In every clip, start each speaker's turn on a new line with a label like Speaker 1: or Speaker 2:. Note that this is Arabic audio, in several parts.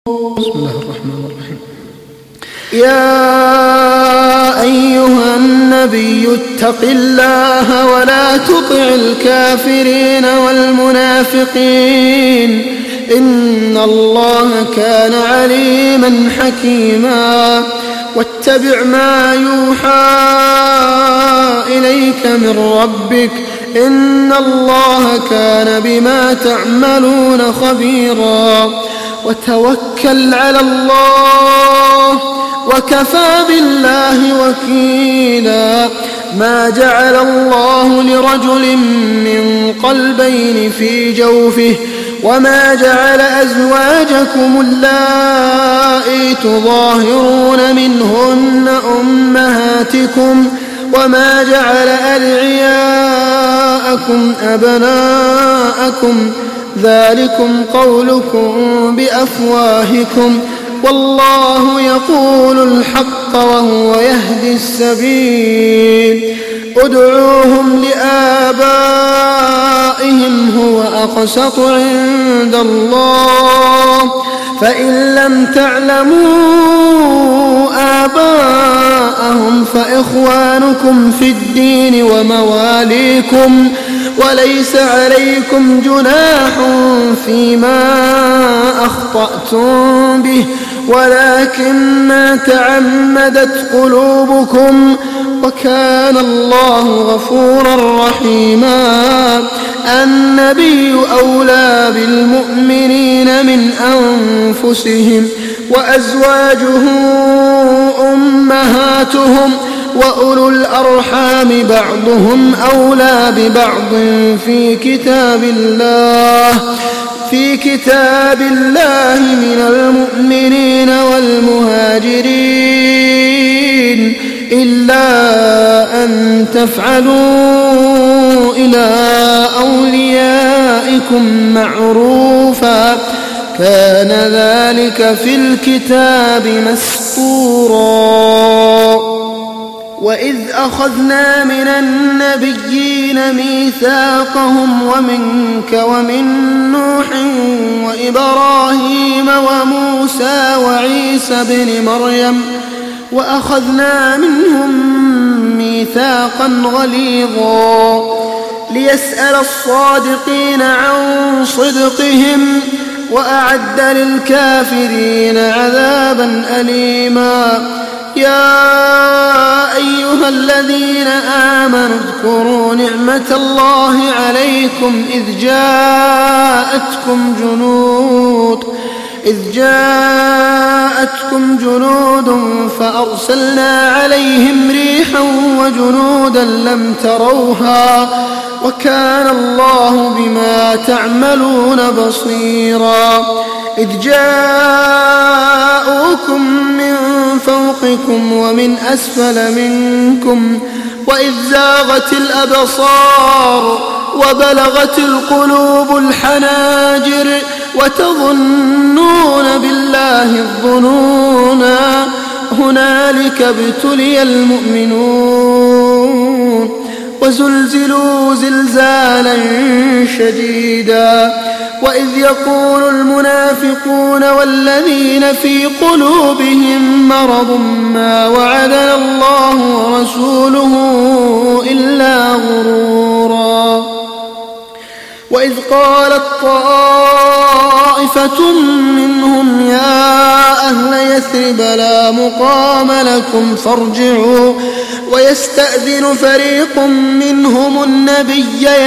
Speaker 1: بسم الله الرحمن الرحيم. يا أيها النبي اتق الله ولا تطع الكافرين والمنافقين إن الله كان عليما حكيما. واتبع ما يوحى إليك من ربك إن الله كان بما تعملون خبيرا. وتوكل على الله وكفى بالله وكيلا. ما جعل الله لرجل من قلبين في جوفه وما جعل أزواجكم اللائي تظاهرون منهن أمهاتكم وما جعل أدعياءكم أبناءكم ذلكم قولكم بأفواهكم والله يقول الحق وهو يهدي السبيل. ادعوهم لآبائهم هو أقسط عند الله فإن لم تعلموا آباءهم فإخوانكم في الدين ومواليكم وليس عليكم جناح فيما أخطأتم به ولكن ما تعمدت قلوبكم وكان الله غفورا رحيما. النبي أولى بالمؤمنين من أنفسهم وأزواجه أمهاتهم وأولو الأرحام بعضهم أولى ببعض في كتاب الله من المؤمنين والمهاجرين إلا أن تفعلوا إلى أوليائكم معروفا كان ذلك في الكتاب مسطورا. وإذ أخذنا من النبيين ميثاقهم ومنك ومن نوح وإبراهيم وموسى وعيسى بن مريم وأخذنا منهم ميثاقا غليظا ليسأل الصادقين عن صدقهم وأعد للكافرين عذابا أليما. يا أيها الذين آمنوا اذكروا نعمة الله عليكم إذ جاءتكم جنود فأرسلنا عليهم ريحا وجنودا لم تروها وكان الله بما تعملون بصيرا. إذ جاءوكم من فوقكم ومن أسفل منكم وإذ زاغت الأبصار وبلغت القلوب الحناجر وتظنون بالله الظنونا هنالك ابتلي المؤمنون وزلزلوا زلزالا شديدا. وإذ يقول المنافقون والذين في قلوبهم مرض ما وعدنا الله ورسوله إلا غرورا. وإذ قالت طائفة منهم يا أهل يثرب لا مقام لكم فارجعوا ويستأذن فريق منهم النبي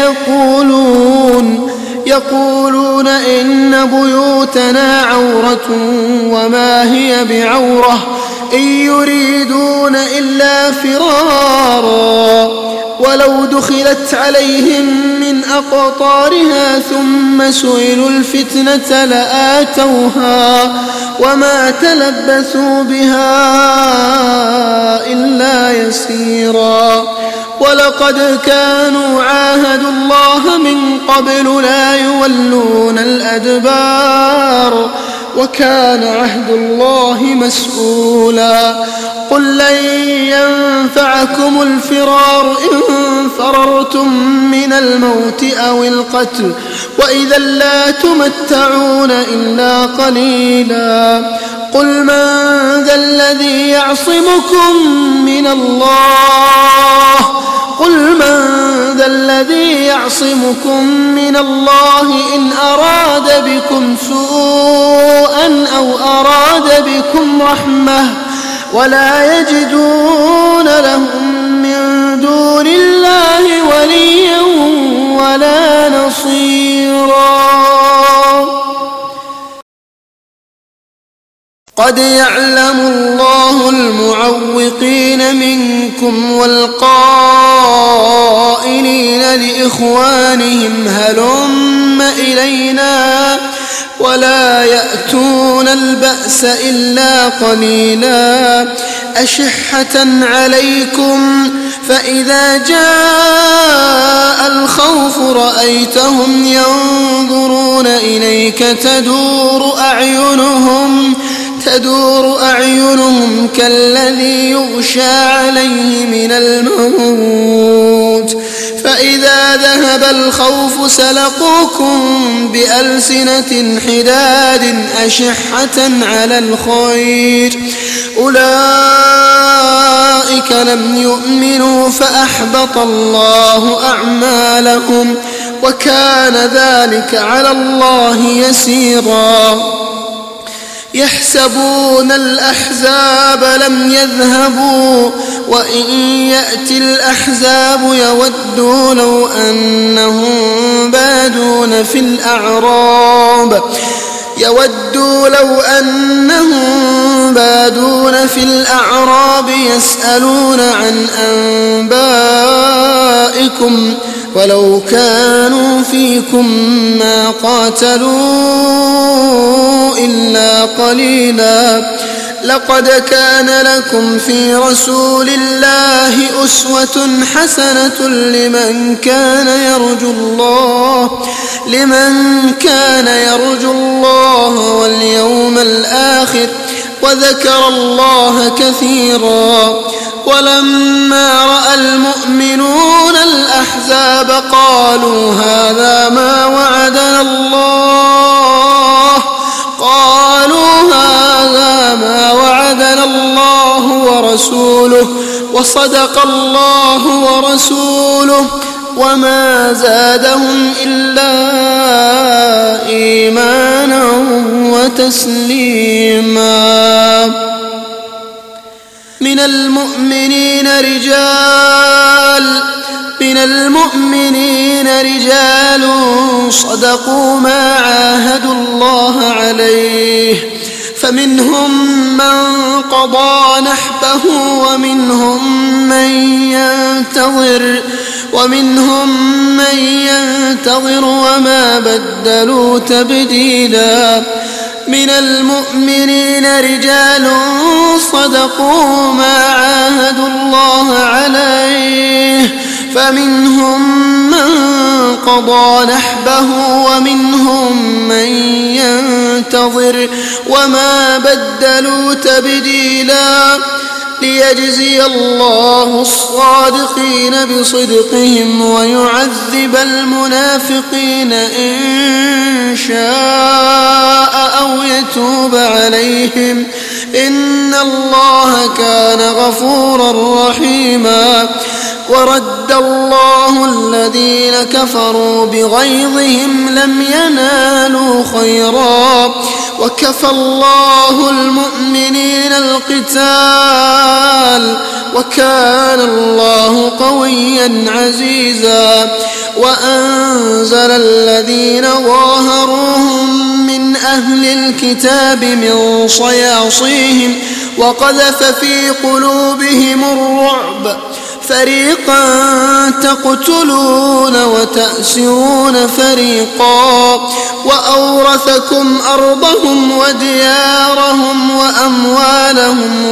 Speaker 1: يقولون إن بيوتنا عورة وما هي بعورة إن يريدون إلا فرارا ولو دخلت عليهم من أقطارها ثم سئلوا الفتنة لآتوها وما تلبثوا بها إلا يسيرا. ولقد كانوا عاهدوا الله من قبل لا يولون الأدبار وكان عهد الله مسؤولا. قل لن ينفعكم الفرار إن فررتم من الموت أو القتل وإذا لا تمتعون إلا قليلا. قل من ذا الذي يعصمكم من الله إن أراد بكم سوءا أو أراد بكم رحمة ولا يجدون لهم من دون الله وليا ولا نصيرا. قد يعلم الله المعوقين منكم والقائلين لإخوانهم هلم إلينا ولا يأتون البأس إلا قليلا أشحة عليكم فإذا جاء الخوف رأيتهم ينظرون إليك تدور أعينهم كالذي يغشى عليه من الموت فإذا ذهب الخوف سلقوكم بألسنة حداد أشحة على الخير أولئك لم يؤمنوا فأحبط الله أعمالهم وكان ذلك على الله يسيرا. يحسبون الأحزاب لم يذهبوا وإن يأتي الأحزاب يودوا لو أنهم بادون في الأعراب يسألون عن أنبائكم ولو كانوا فيكم ما قاتلوا إلا قليلا. لقد كان لكم في رسول الله أسوة حسنة لمن كان يرجو الله واليوم الآخر وذكر الله كثيرا. ولما رأى المؤمنون الأحزاب قالوا هذا ما وعدنا الله ورسوله وصدق الله ورسوله وما زادهم إلا إيمانا وتسليما. من المؤمنين رجال صدقوا ما عاهدوا الله عليه فمنهم من قضى نحبه ومنهم من ينتظر وما بدلوا تبديلا. من المؤمنين رجال صدقوا ما عاهدوا الله عليه فمنهم من قضى نحبه ومنهم من ينتظر وما بدلوا تبديلا. ليجزي الله الصادقين بصدقهم ويعذب المنافقين إن شاء أو يتوب عليهم إن الله كان غفورا رحيما. ورد الله الذين كفروا بغيظهم لم ينالوا خيرا وكفى الله المؤمنين القتال وكان الله قويا عزيزا. وأنزل الذين ظاهروهم من أهل الكتاب من صياصيهم وقذف في قلوبهم الرعب فريقا تقتلون وتأسرون فريقا وأورثكم أرضهم وديارهم وأموالهم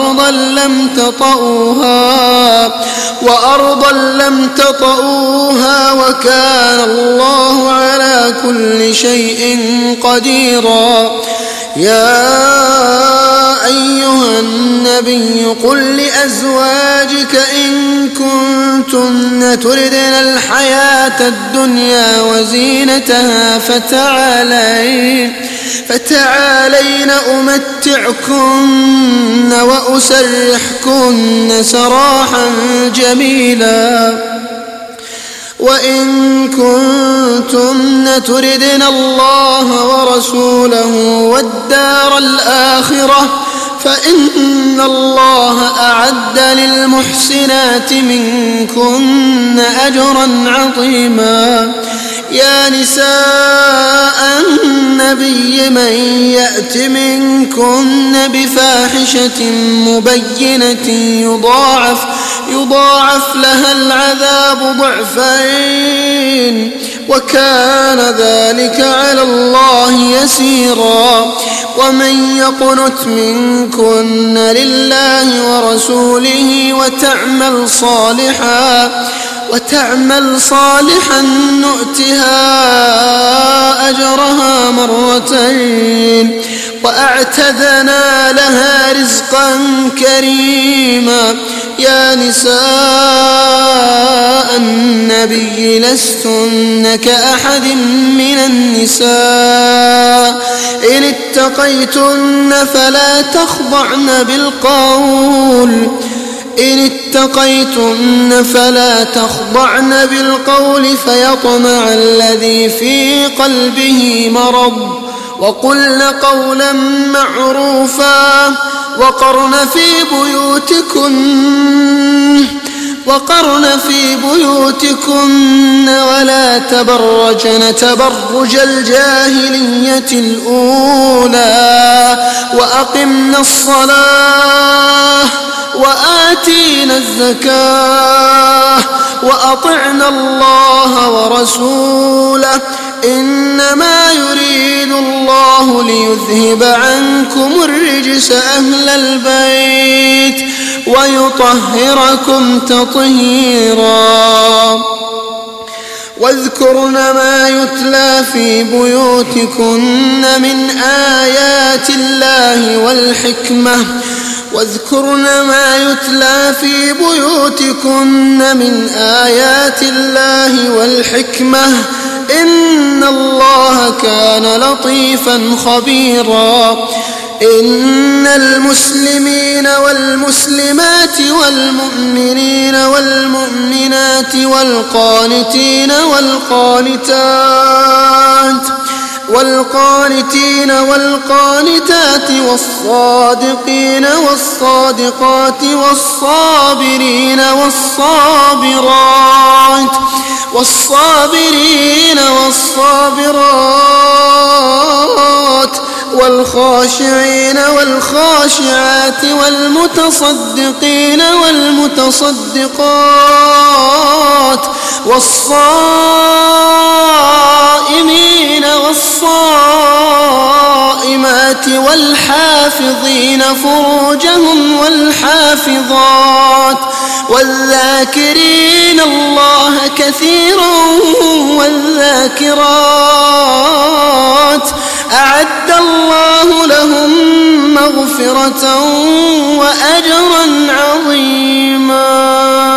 Speaker 1: وأرضا لم تطئوها وكان الله على كل شيء قديرا. يا أيها النبي قل لأزواجك إن كنتن تردن الحياة الدنيا وزينتها فتعالين أمتعكن وأسرحكن سراحا جميلا وإن كنتن تردن الله ورسوله والدار الآخرة فإن الله أعد للمحسنات منكن أجرا عظيما. يا نساء النبي من يأت منكن بفاحشة مبينة يضاعف لها العذاب ضعفين وكان ذلك على الله يسيرا. ومن يقنت منكن لله ورسوله وتعمل صالحا نؤتها أجرها مرتين وأعتدنا لها رزقا كريما. يا نساء النبي لستن كأحد من النساء إن اتقيتن فلا تخضعن بالقول فيطمع الذي في قلبه مرض وقلن قولا معروفا وقرن في بيوتكن ولا تبرجن تبرج الجاهلية الأولى وأقمنا الصلاة وآتينا الزكاة وأطعنا الله ورسوله إنما يريد الله ليذهب عنكم الرجس أهل البيت ويطهركم تطهيرا. واذكرن ما يتلى في بيوتكن من آيات الله والحكمة إن الله كان لطيفا خبيرا. إن المسلمين والمسلمات والمؤمنين والمؤمنات والقانتين والقانتات والصادقين والصادقات والصابرين والصابرات والخاشعين والخاشعات والمتصدقين والمتصدقات والصائمين والصائمات والحافظين فروجهم والحافظات والذاكرين الله كثيرا والذاكرات أعد الله لهم مغفرة وأجرا عظيما.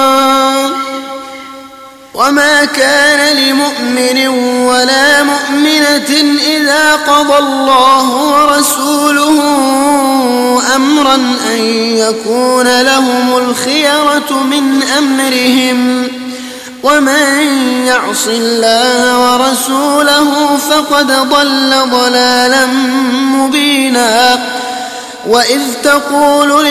Speaker 1: وما كان لمؤمن ولا مؤمنة إذا قضى الله ورسوله أمرا أن يكون لهم الخيرة من أمرهم ومن يعص الله ورسوله فقد ضل ضلالا مبينا. وإذ تقول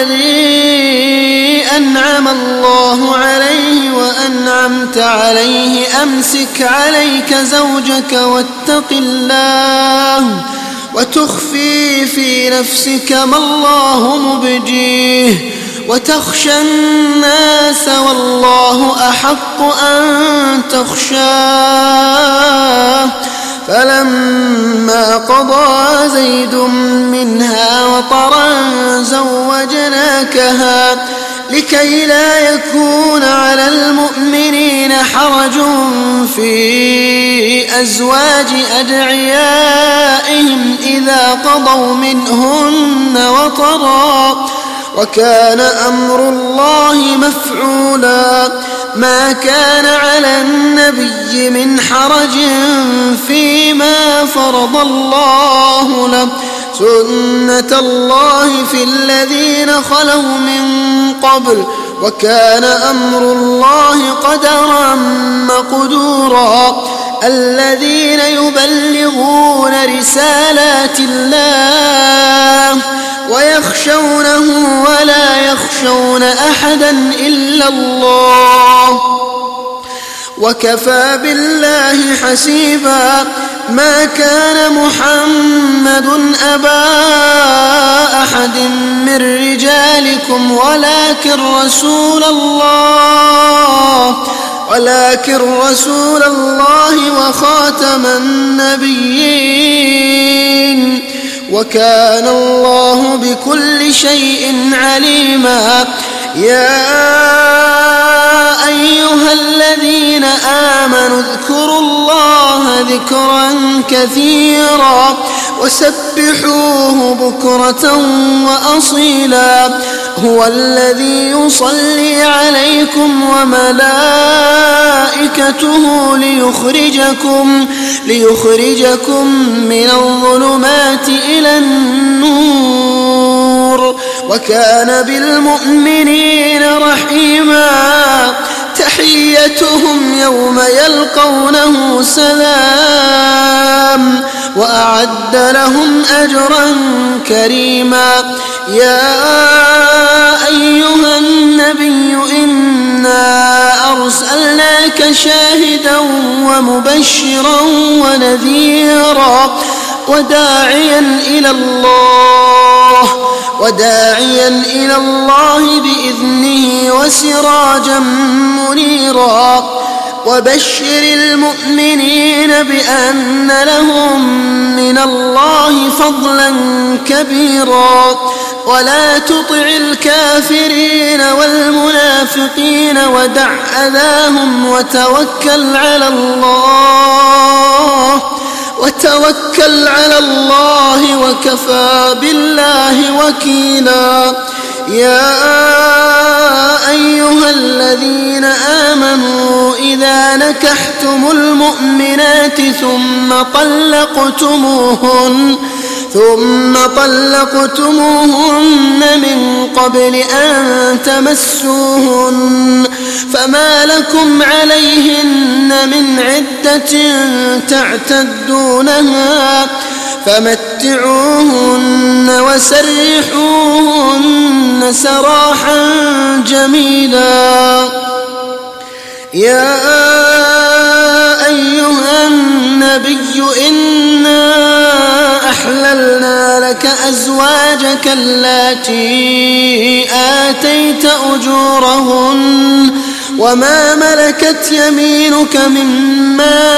Speaker 1: للذي أنعم الله عليه وأنعمت عليه أمسك عليك زوجك واتق الله وتخفي في نفسك ما الله مبديه وتخشى الناس والله أحق أن تخشاه. فلما قضى زيد منها وطرا زوجناكها لكي لا يكون على المؤمنين حرج في أزواج أدعيائهم إذا قضوا منهن وطرا وكان أمر الله مفعولا ما كان على النبي من حرج فيما فرض الله له سنة الله في الذين خلوا من قبل وكان أمر الله قدرا مقدورا الذين يبلغون رسالات الله ويخشونه ولا يخشون أحدا إلا الله وكفى بالله حسيبا ما كان محمد أبا أحد من رجالكم ولكن رسول الله وخاتم النبيين وكان الله بكل شيء عليما يا أيها الذين آمنوا اذكروا الله ذكرا كثيرا وسبحوه بكرة وأصيلا هو الذي يصلي عليكم وملائكته ليخرجكم من الظلمات إلى النور وكان بالمؤمنين رحيما تحيتهم يوم يلقونه سلام وأعد لهم أجرا كريما يا أيها النبي إنا أرسلناك شاهدا ومبشرا ونذيرا وداعيا إلى الله بإذنه وسراجا منيرا وبشر المؤمنين بأن لهم من الله فضلا كبيرا ولا تطع الكافرين والمنافقين ودع أذاهم وتوكل على الله وكفى بالله وكيلا يا أيها الذين آمنوا إذا نكحتم المؤمنات ثم طلقتموهن من قبل أن تمسوهن فما لكم عليهن من عدة تعتدونها فمتعوهن وسرحوهن سراحا جميلا يا أيها النبي إنا أحللنا لك أزواجك اللاتي آتيت أجورهن وما ملكت يمينك مما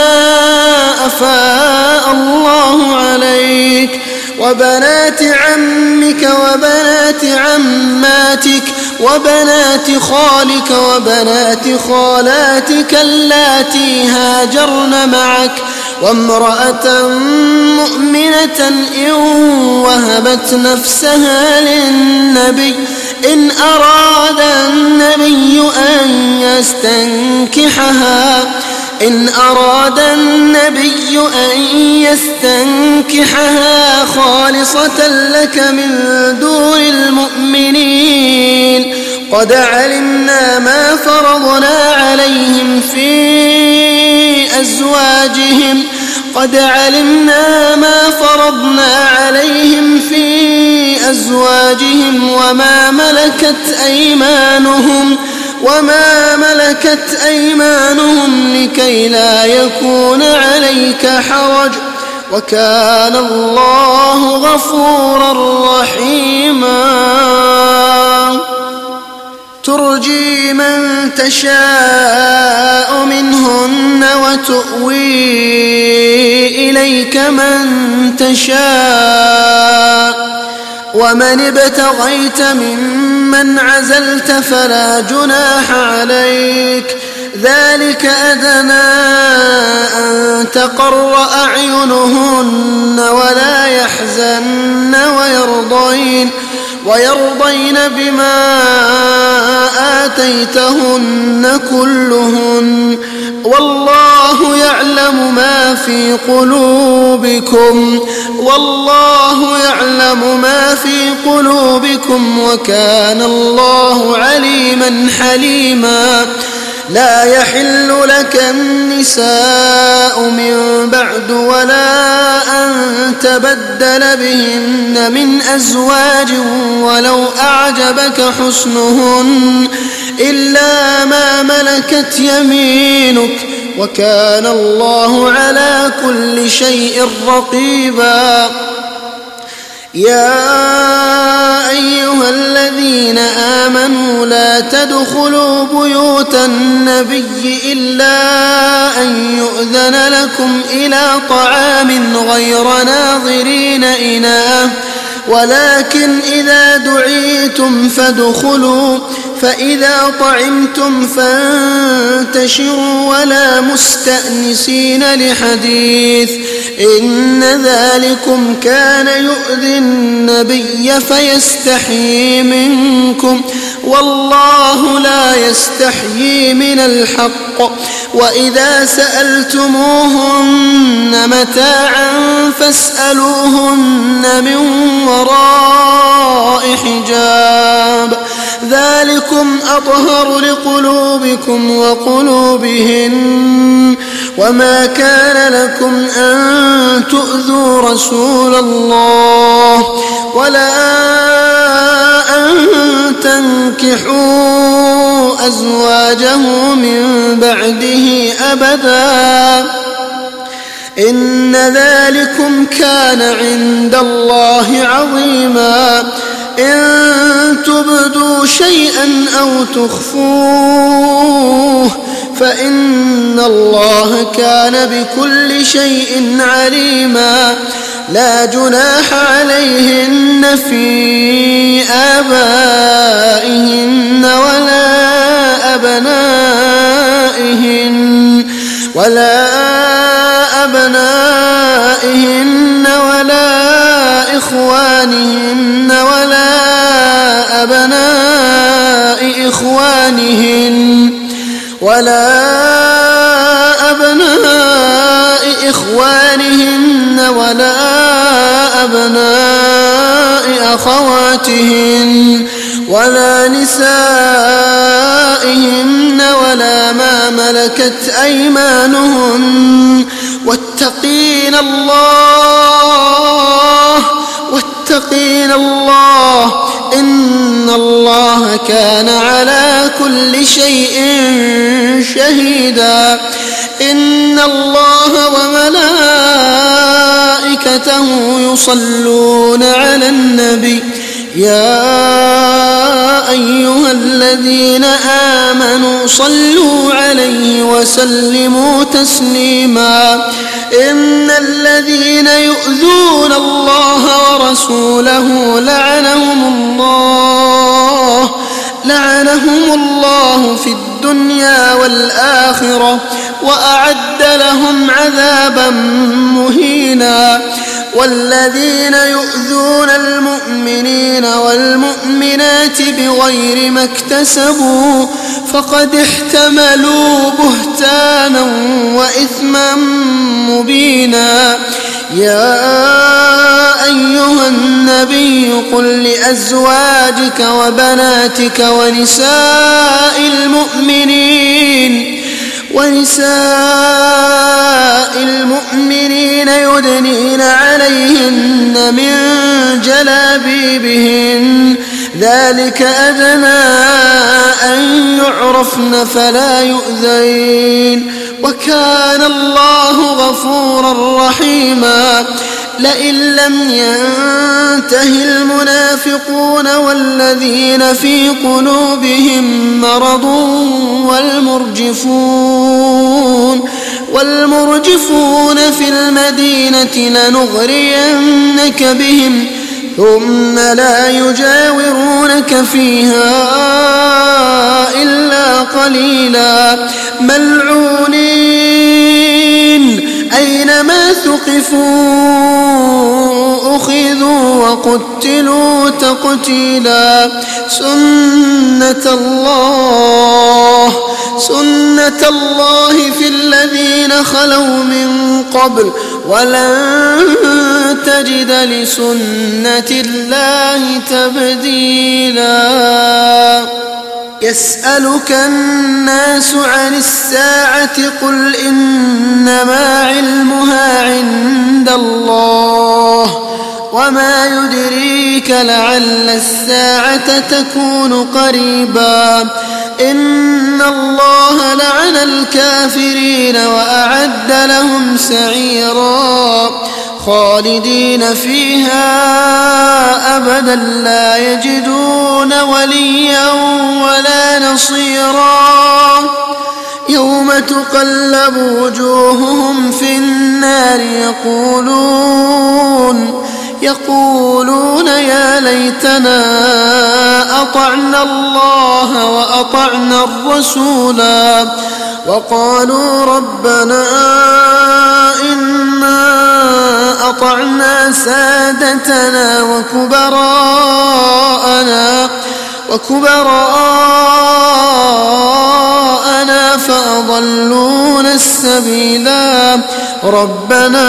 Speaker 1: أفاء الله عليك وبنات عمك وبنات عماتك وبنات خالك وبنات خالاتك اللاتي هاجرن معك وامرأة مؤمنة إن وهبت نفسها للنبي إن أراد النبي أن يستنكحها خالصة لك من دون المؤمنين قد علمنا ما فرضنا عليهم في أزواجهم وما ملكت أيمانهم لكي لا يكون عليك حرج وكان الله غفورا رحيما ترجي من تشاء منهن وتؤوي إليك من تشاء ومن ابتغيت ممن عزلت فلا جناح عليك ذلك أدنى أن تقر أعينهن ولا يحزن ويرضين بما آتيتهن كلهن والله يعلم ما في قلوبكم وكان الله عليما حليما لا يحل لك النساء من بعد ولا أن تبدل بهن من أزواج ولو أعجبك حسنهن إلا ما ملكت يمينك وكان الله على كل شيء رقيبا يا أيها الذين آمنوا لا تدخلوا بيوت النبي إلا أن يؤذن لكم إلى طعام غير ناظرين إناه ولكن إذا دعيتم فادخلوا فإذا طعمتم فانتشروا ولا مستأنسين لحديث إن ذلكم كان يؤذي النبي فيستحيي منكم والله لا يستحيي من الحق وإذا سألتموهن متاعا فاسألوهن من وراء حجاب ذلكم أطهر لقلوبكم وقلوبهن وما كان لكم أن تؤذوا رسول الله ولا أن تنكحوا أزواجه من بعده أبدا إن ذلكم كان عند الله عظيما إن تبدوا شيئا أو تخفوه فإن الله كان بكل شيء عليما لا جناح عليهن في آبائهن ولا أبنائهن ولا إخوانهن ولا أبناء إخوانهن ولا أبناء أخواتهن ولا نسائهن ولا ما ملكت أيمانهن واتقين الله إن الله كان على كل شيء شهيدا إن الله وملائكته يصلون على النبي يا أيها الذين آمنوا صلوا عليه وسلموا تسليما إن الذين يؤذون الله ورسوله لعنهم الله في الدنيا والآخرة وأعد لهم عذابا مهينا والذين يؤذون المؤمنين والمؤمنات بغير ما اكتسبوا فقد احتملوا بهتانا وإثما مبينا يا أيها النبي قل لأزواجك وبناتك ونساء المؤمنين يدنين عليهن من جلابيبهن ذلك أدنى أن يعرفن فلا يؤذين وكان الله غفورا رحيما لئن لم ينته المنافقون والذين في قلوبهم مرض والمرجفون في المدينة ثم لا يجاورونك فيها إلا قليلا ملعونين أينما ثقفوا أخذوا وقتلوا تقتيلا سنة الله في الذين خلوا من قبل ولن تجد لسنة الله تبديلا يسألك الناس عن الساعة قل إنما علمها عند الله وما يدريك لعل الساعة تكون قريبا إن الله لعن الكافرين وأعد لهم سعيرا خالدين فيها أبدا لا يجدون وليا ولا نصيرا يوم تقلب وجوههم في النار يقولون يا ليتنا أطعنا الله وأطعنا الرسولا وقالوا ربنا إنا أطعنا سادتنا وكبراءنا فأضلونا السبيلا ربنا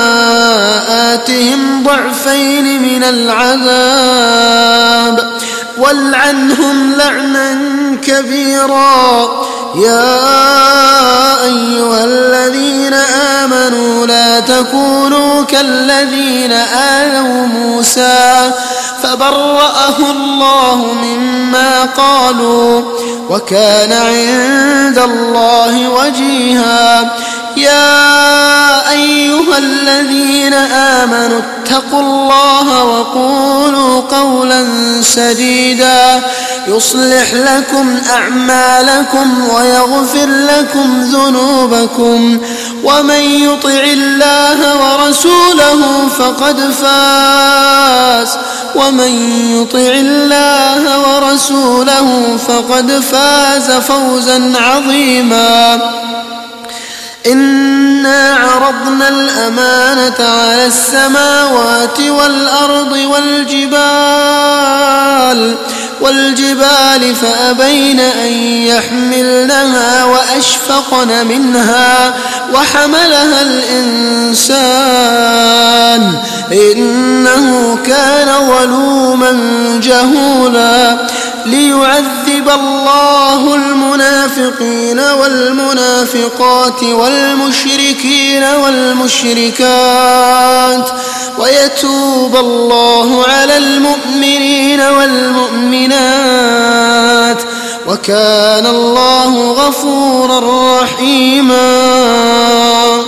Speaker 1: آتهم ضعفين من العذاب والعنهم لعنا كبيرا يا أيها الذين آمنوا لا تكونوا كالذين آذوا موسى فبرأه الله مما قالوا وكان عند الله وجيها يا أيها الذين آمنوا اتقوا الله وقولوا قولا سديدا يصلح لكم أعمالكم ويغفر لكم ذنوبكم ومن يطع الله ورسوله فقد فاز فوزا عظيما إنا عرضنا الأمانة على السماوات والأرض والجبال فأبين أن يحملنها وأشفقن منها وحملها الإنسان إنه كان ظلوما جهولا ليعذب الله المنافقين والمنافقات والمشركين والمشركات ويتوب الله على المؤمنين والمؤمنات وكان الله غفورا رحيما